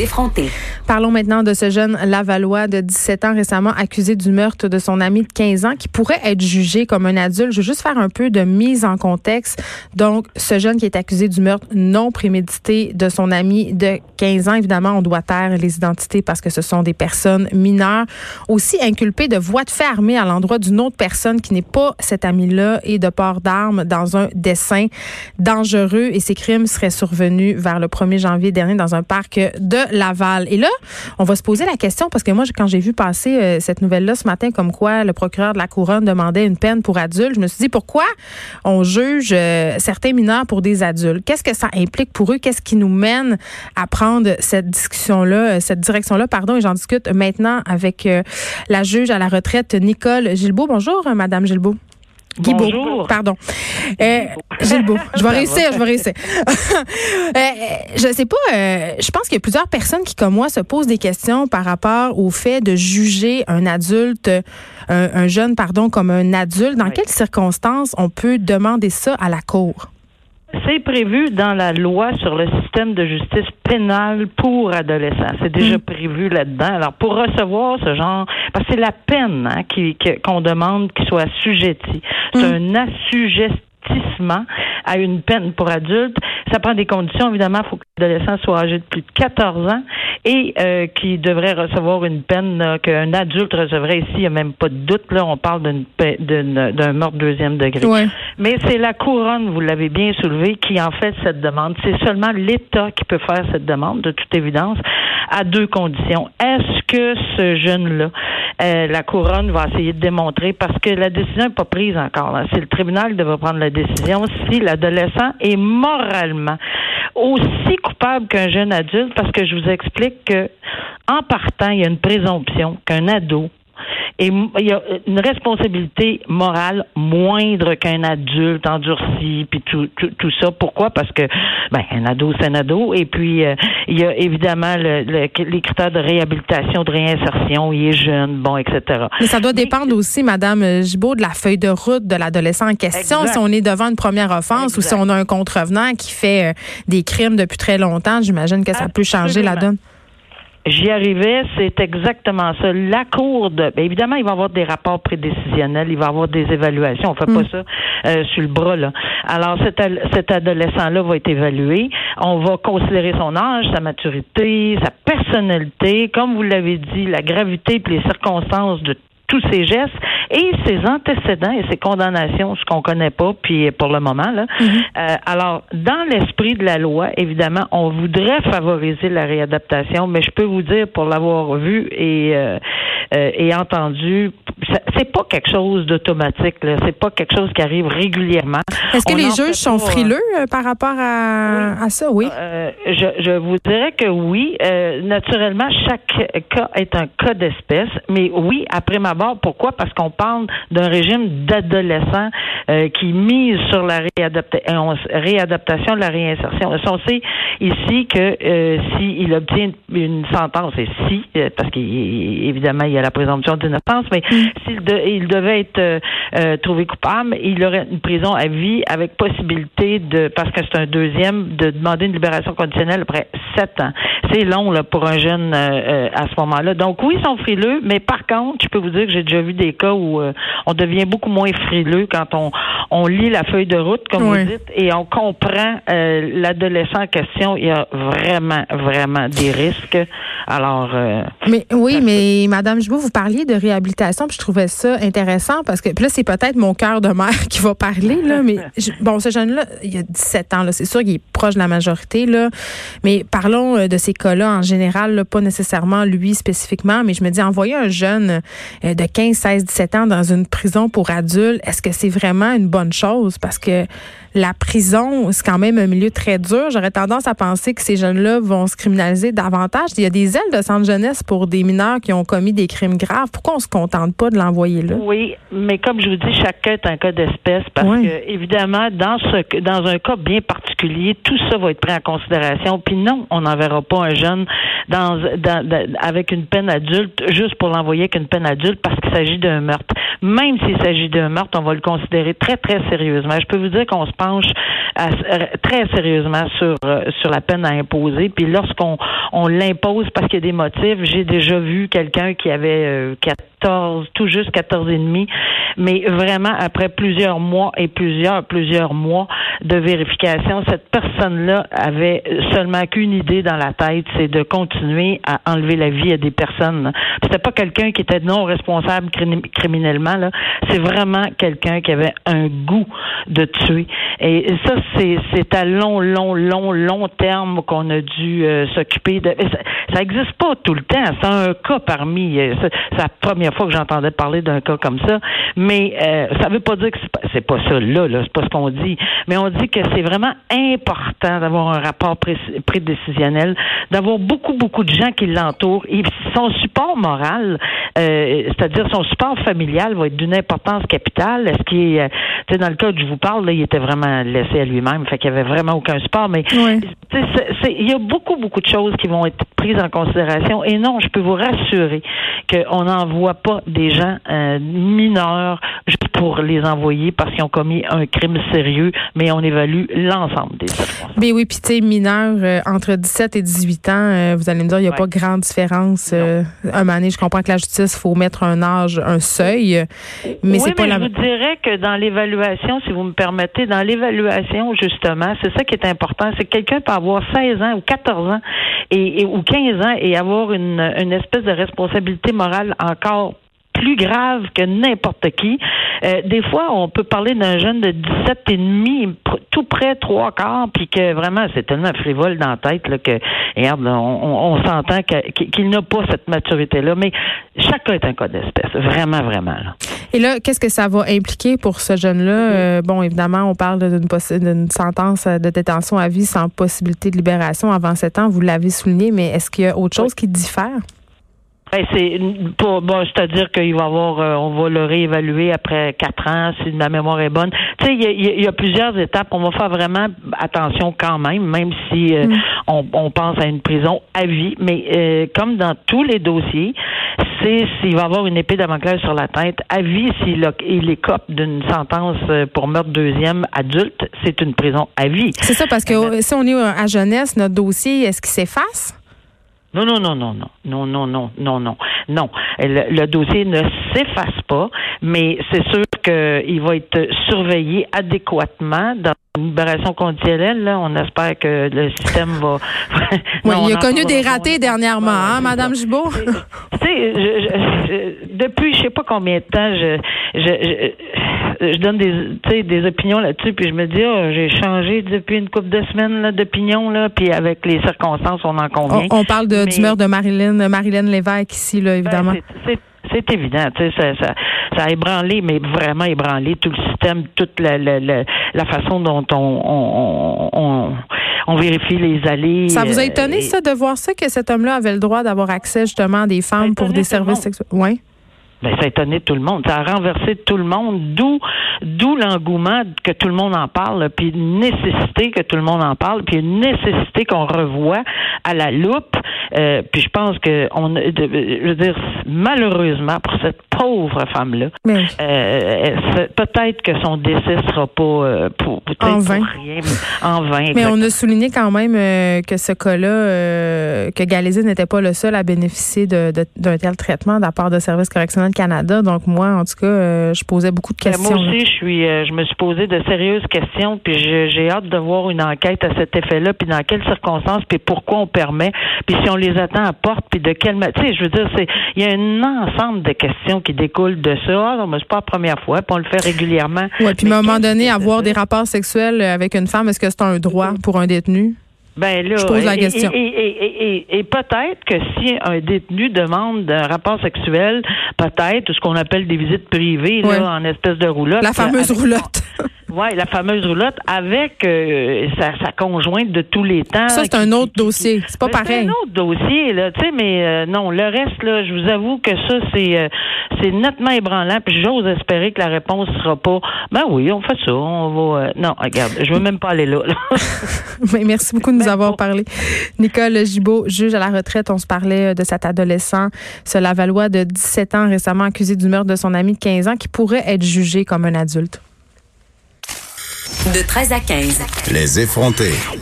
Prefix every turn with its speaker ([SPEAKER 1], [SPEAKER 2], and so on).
[SPEAKER 1] Les effrontés.
[SPEAKER 2] Parlons maintenant de ce jeune Lavallois de 17 ans récemment accusé du meurtre de son ami de 15 ans qui pourrait être jugé comme un adulte. Je veux juste faire un peu de mise en contexte. Donc, ce jeune qui est accusé du meurtre non prémédité de son ami de 15 ans, évidemment, on doit taire les identités parce que ce sont des personnes mineures. Aussi inculpé de voie de fait armée à l'endroit d'une autre personne qui n'est pas cet ami-là et de port d'armes dans un dessein dangereux. Et ces crimes seraient survenus vers le 1er janvier dernier dans un parc de Laval. Et là, on va se poser la question parce que moi, quand j'ai vu passer cette nouvelle-là ce matin, comme quoi le procureur de la Couronne demandait une peine pour adultes, je me suis dit pourquoi on juge certains mineurs pour des adultes? Qu'est-ce que ça implique pour eux? Qu'est-ce qui nous mène à prendre cette discussion-là, cette direction-là, pardon, et j'en discute maintenant avec la juge à la retraite, Nicole Guilbeault. Bonjour, Madame Guilbeault.
[SPEAKER 3] Bonjour.
[SPEAKER 2] Pardon. Guilbeault. Je vais réussir. Je sais pas, je pense qu'il y a plusieurs personnes qui, comme moi, se posent des questions par rapport au fait de juger un adulte, un jeune, comme un adulte. Dans quelles circonstances on peut demander ça à la Cour?
[SPEAKER 3] C'est prévu dans la loi sur le système de justice pénale pour adolescents. C'est déjà prévu là-dedans. Alors, pour recevoir ce genre, parce que c'est la peine qu'on demande qu'il soit assujetti. C'est un assujettissement à une peine pour adultes. Ça prend des conditions, évidemment. Il faut que l'adolescent soit âgé de plus de 14 ans et qui devrait recevoir une peine qu'un adulte recevrait ici. Il n'y a même pas de doute. Là, on parle d'un meurtre deuxième degré. Ouais. Mais c'est la Couronne, vous l'avez bien soulevé, qui en fait cette demande. C'est seulement l'État qui peut faire cette demande, de toute évidence, à deux conditions. Est-ce que ce jeune-là, la Couronne va essayer de démontrer, parce que la décision n'est pas prise encore. Là. C'est le tribunal qui devra prendre la décision si l'adolescent est moralement aussi coupable qu'un jeune adulte, parce que je vous explique que en partant, il y a une présomption qu'un ado et il y a une responsabilité morale moindre qu'un adulte endurci, puis tout ça. Pourquoi? Parce que un ado, c'est un ado. Et puis, il y a évidemment les critères de réhabilitation, de réinsertion. Il est jeune, etc.
[SPEAKER 2] Mais ça doit dépendre aussi, Madame Guilbeault, de la feuille de route de l'adolescent en question. Exact. Si on est devant une première offense ou si on a un contrevenant qui fait des crimes depuis très longtemps, j'imagine que ça peut changer la donne.
[SPEAKER 3] J'y arrivais, c'est exactement ça. La Cour évidemment, il va y avoir des rapports prédécisionnels, il va y avoir des évaluations. On fait pas ça sur le bras, là. Alors, cet adolescent-là va être évalué. On va considérer son âge, sa maturité, sa personnalité, comme vous l'avez dit, la gravité et les circonstances de tous ses gestes et ses antécédents et ses condamnations, ce qu'on connaît pas, puis pour le moment, là. Alors, dans l'esprit de la loi, évidemment, on voudrait favoriser la réadaptation, mais je peux vous dire, pour l'avoir vu et entendu, c'est pas quelque chose d'automatique, là. C'est pas quelque chose qui arrive régulièrement.
[SPEAKER 2] Est-ce que les juges sont frileux par rapport à ça? Oui.
[SPEAKER 3] Je vous dirais que oui. Naturellement, chaque cas est un cas d'espèce, mais oui, après ma barre, pourquoi? Parce qu'on parle d'un régime d'adolescents qui mise sur la réadaptation de la réinsertion. On sait ici que s'il obtient une sentence, et parce qu'évidemment, il y a la présomption d'innocence, mais s'il devait être trouvé coupable, il aurait une prison à vie avec possibilité parce que c'est un deuxième, de demander une libération conditionnelle après 7 ans. C'est long là pour un jeune à ce moment-là. Donc oui, ils sont frileux, mais par contre, je peux vous dire que j'ai déjà vu des cas où on devient beaucoup moins frileux quand on lit la feuille de route, comme vous dites, et on comprend l'adolescent en question. Il y a vraiment, vraiment des risques. Alors...
[SPEAKER 2] mais Madame Guilbeault, vous parliez de réhabilitation, puis je trouvais ça intéressant parce que puis là, c'est peut-être mon cœur de mère qui va parler, là, mais ce jeune-là, il a 17 ans, là, c'est sûr qu'il est proche de la majorité, là, mais parlons de ces cas-là en général, là, pas nécessairement lui spécifiquement, mais je me dis, envoyer un jeune de 15, 16, 17 ans dans une prison pour adultes, est-ce que c'est vraiment une bonne chose? Parce que la prison, c'est quand même un milieu très dur. J'aurais tendance à penser que ces jeunes-là vont se criminaliser davantage. Il y a des des ailes de centre jeunesse pour des mineurs qui ont commis des crimes graves. Pourquoi on se contente pas de l'envoyer là?
[SPEAKER 3] Oui, mais comme je vous dis, chaque cas est un cas d'espèce parce que, évidemment, dans un cas bien particulier, tout ça va être pris en considération. Puis non, on n'enverra pas un jeune avec une peine adulte juste pour l'envoyer avec une peine adulte parce qu'il s'agit d'un meurtre. Même s'il s'agit d'un meurtre, on va le considérer très, très sérieusement. Je peux vous dire qu'on se penche très sérieusement sur la peine à imposer. Puis lorsqu'on l'impose parce qu'il y a des motifs, j'ai déjà vu quelqu'un qui avait tout juste 14 et demi, mais vraiment après plusieurs mois de vérification, cette personne-là avait seulement qu'une idée dans la tête, c'est de continuer à enlever la vie à des personnes. C'était pas quelqu'un qui était non responsable criminellement, là. C'est vraiment quelqu'un qui avait un goût de tuer. Et ça, c'est à long terme qu'on a dû s'occuper de. Ça existe pas tout le temps. C'est un cas parmi. C'est la première fois que j'entendais parler d'un cas comme ça. Mais ça veut pas dire que c'est pas ça là. C'est pas ce qu'on dit. Mais on dit que c'est vraiment important d'avoir un rapport prédécisionnel, d'avoir beaucoup de gens qui l'entourent. Et son support moral, c'est-à-dire son support familial, va être d'une importance capitale. Est-ce qu'il est, dans le cas que je vous parle, là, il était vraiment laissé à lui-même, fait qu'il n'y avait vraiment aucun support. Mais il y a beaucoup de choses qui vont être prises en considération. Et non, je peux vous rassurer qu'on n'envoie pas des gens mineurs juste pour les envoyer parce qu'ils ont commis un crime sérieux, mais on évalue l'ensemble des circonstances.
[SPEAKER 2] Mais oui, puis tu sais, mineurs entre 17 et 18 ans, vous allez me dire, il n'y a pas grande différence. Un moment donné, je comprends que la justice, il faut mettre un seuil, mais c'est pas
[SPEAKER 3] je vous dirais que dans l'évaluation, si vous me permettez, dans l'évaluation, justement, c'est ça qui est important, c'est que quelqu'un peut avoir 16 ans ou 14 ans ou 15 ans et avoir une espèce de responsabilité morale encore plus grave que n'importe qui. Des fois, on peut parler d'un jeune de 17 et demi, tout près 3/4, puis que vraiment, c'est tellement frivole dans la tête là, que, regarde, on s'entend qu'il n'a pas cette maturité-là. Mais chacun est un cas d'espèce, vraiment là.
[SPEAKER 2] Et là, qu'est-ce que ça va impliquer pour ce jeune-là? Bon, évidemment, on parle d'une sentence de détention à vie sans possibilité de libération avant 7 ans. Vous l'avez souligné, mais est-ce qu'il y a autre chose qui diffère?
[SPEAKER 3] C'est-à-dire qu'il va avoir, on va le réévaluer après 4 ans si ma mémoire est bonne. Tu sais, il y a plusieurs étapes. On va faire vraiment attention quand même si on pense à une prison à vie. Mais comme dans tous les dossiers, c'est s'il va avoir une épée Damoclès sur la tête à vie s'il écope d'une sentence pour meurtre deuxième adulte, c'est une prison à vie.
[SPEAKER 2] C'est ça, parce que si on est à jeunesse, notre dossier, est-ce qu'il s'efface?
[SPEAKER 3] Non. Le dossier ne s'efface pas, mais c'est sûr qu'il va être surveillé adéquatement dans une libération conditionnelle. Là, on espère que le système va.
[SPEAKER 2] Oui, il a connu des ratés dernièrement, Madame Gibault.
[SPEAKER 3] Depuis, je sais pas combien de temps, je donne des opinions là-dessus, puis je me dis, j'ai changé depuis une couple de semaines là, d'opinion là, puis avec les circonstances, on en convient.
[SPEAKER 2] On parle du meurtre de Marilyn Lévesque ici, là, évidemment.
[SPEAKER 3] C'est évident, ça a ébranlé, mais vraiment ébranlé tout le système, toute la façon dont on vérifie les allées.
[SPEAKER 2] Ça vous a étonné, ça, de voir ça, que cet homme-là avait le droit d'avoir accès justement à des femmes pour des services sexuels? Oui.
[SPEAKER 3] Ben, ça a étonné tout le monde. Ça a renversé tout le monde, d'où l'engouement que tout le monde en parle, puis une nécessité que tout le monde en parle, puis une nécessité qu'on revoit à la loupe. Puis je pense que je veux dire, malheureusement pour cette pauvre femme-là, peut-être que son décès sera pas
[SPEAKER 2] en vain.
[SPEAKER 3] Pour rien, en vain.
[SPEAKER 2] Mais on a souligné quand même que ce cas-là, que Galézé n'était pas le seul à bénéficier d'un tel traitement de la part de Service correctionnel Canada. Donc moi, en tout cas, je posais beaucoup de questions.
[SPEAKER 3] Moi aussi, je me suis posé de sérieuses questions, puis j'ai hâte de voir une enquête à cet effet-là, puis dans quelles circonstances, puis pourquoi on permet, puis si on les attend à porte, puis de quelle manière. Tu sais, je veux dire, il y a un ensemble de questions qui découlent de ça. Non, mais c'est pas la première fois, puis on le fait régulièrement.
[SPEAKER 2] Oui, puis à un moment donné, avoir des rapports sexuels avec une femme, est-ce que c'est un droit pour un détenu?
[SPEAKER 3] Ben là,
[SPEAKER 2] je pose la question.
[SPEAKER 3] Et peut-être que si un détenu demande un rapport sexuel, peut-être ce qu'on appelle des visites privées là, en espèce de roulotte.
[SPEAKER 2] La fameuse roulotte.
[SPEAKER 3] Oui, la fameuse roulotte avec sa conjointe de tous les temps.
[SPEAKER 2] Ça, c'est un autre dossier. C'est pas pareil.
[SPEAKER 3] C'est un autre dossier, là, tu sais, mais non, le reste, là, je vous avoue que ça, c'est nettement ébranlant, puis j'ose espérer que la réponse sera pas, ben oui, on fait ça, on va... non, regarde, je veux même pas aller là.
[SPEAKER 2] Mais merci beaucoup de nous avoir parlé. Nicole Gibault, juge à la retraite, on se parlait de cet adolescent, ce Lavallois de 17 ans, récemment accusé du meurtre de son ami de 15 ans, qui pourrait être jugé comme un adulte.
[SPEAKER 1] De 13 à 15.
[SPEAKER 4] Les effrontés.